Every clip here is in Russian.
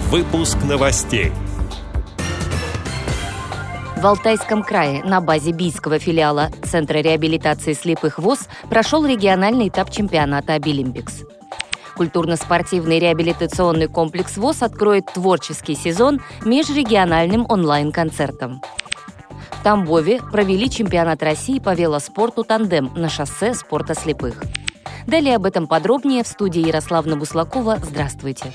Выпуск новостей. В Алтайском крае на базе бийского филиала Центра реабилитации слепых ВОС прошел региональный этап чемпионата «Обилимпикс». Культурно-спортивный реабилитационный комплекс ВОС откроет творческий сезон межрегиональным онлайн-концертом. В Тамбове провели чемпионат России по велоспорту «Тандем» на шоссе спорта слепых. Далее об этом подробнее в студии Ярославна Буслакова. Здравствуйте!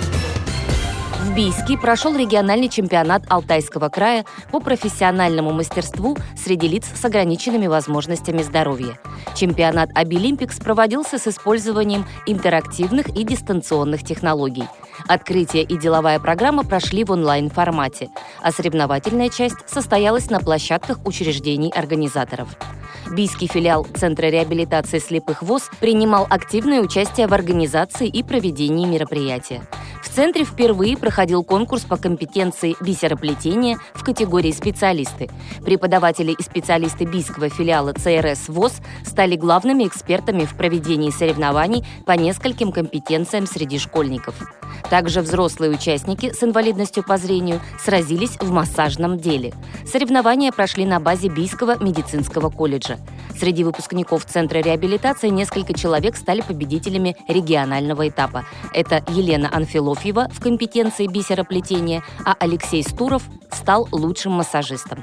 В Бийске прошел региональный чемпионат Алтайского края по профессиональному мастерству среди лиц с ограниченными возможностями здоровья. Чемпионат «Обилимпикс» проводился с использованием интерактивных и дистанционных технологий. Открытие и деловая программа прошли в онлайн-формате, а соревновательная часть состоялась на площадках учреждений организаторов. Бийский филиал Центра реабилитации слепых ВОС принимал активное участие в организации и проведении мероприятия. В центре впервые проходил конкурс по компетенции бисероплетения в категории «Специалисты». Преподаватели и специалисты бийского филиала ЦРС ВОС стали главными экспертами в проведении соревнований по нескольким компетенциям среди школьников. Также взрослые участники с инвалидностью по зрению сразились в массажном деле. Соревнования прошли на базе Бийского медицинского колледжа. Среди выпускников Центра реабилитации несколько человек стали победителями регионального этапа. Это Елена Анфилофьева в компетенции бисероплетения, а Алексей Стуров стал лучшим массажистом.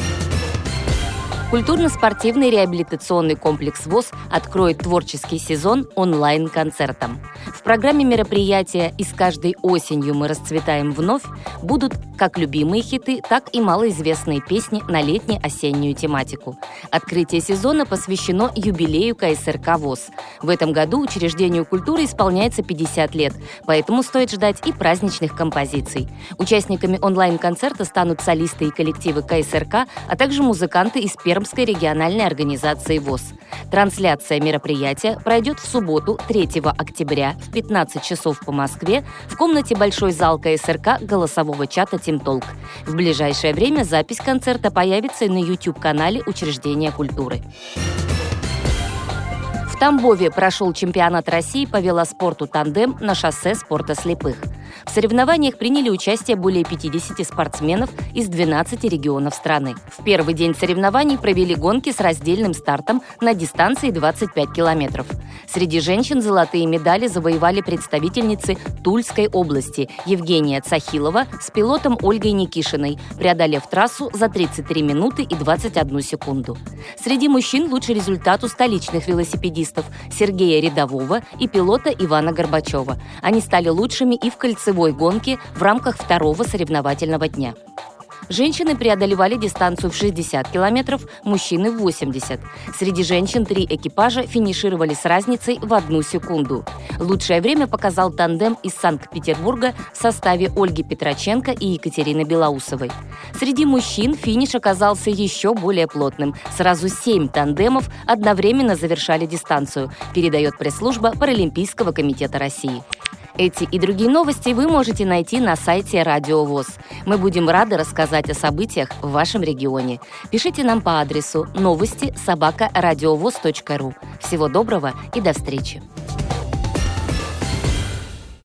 Культурно-спортивный реабилитационный комплекс ВОС откроет творческий сезон онлайн-концертом. В программе мероприятия «И с каждой осенью мы расцветаем вновь» будут как любимые хиты, так и малоизвестные песни на летне-осеннюю тематику. Открытие сезона посвящено юбилею КСРК ВОС. В этом году учреждению культуры исполняется 50 лет, поэтому стоит ждать и праздничных композиций. Участниками онлайн-концерта станут солисты и коллективы КСРК, а также музыканты из Пермской региональной организации ВОС. Трансляция мероприятия пройдет в субботу, 3 октября в 15 часов по Москве в комнате Большой зал КСРК голосового чата «Тимтолк». В ближайшее время запись концерта появится и на YouTube-канале учреждения культуры. В Тамбове прошел чемпионат России по велоспорту «Тандем» на шоссе спорта слепых. В соревнованиях приняли участие более 50 спортсменов из 12 регионов страны. В первый день соревнований провели гонки с раздельным стартом на дистанции 25 километров. Среди женщин золотые медали завоевали представительницы Тульской области Евгения Цахилова с пилотом Ольгой Никишиной, преодолев трассу за 33 минуты и 21 секунду. Среди мужчин лучший результат у столичных велосипедистов Сергея Рядового и пилота Ивана Горбачева. Они стали лучшими и в кольцевой гонке в рамках второго соревновательного дня. Женщины преодолевали дистанцию в 60 километров, мужчины в 80. Среди женщин 3 экипажа финишировали с разницей в 1 секунду. Лучшее время показал тандем из Санкт-Петербурга в составе Ольги Петроченко и Екатерины Белоусовой. Среди мужчин финиш оказался еще более плотным. Сразу 7 тандемов одновременно завершали дистанцию, передает пресс-служба Паралимпийского комитета России. Эти и другие новости вы можете найти на сайте Радио ВОС. Мы будем рады рассказать о событиях в вашем регионе. Пишите нам по адресу новости@радиовос.ру. Всего доброго и до встречи!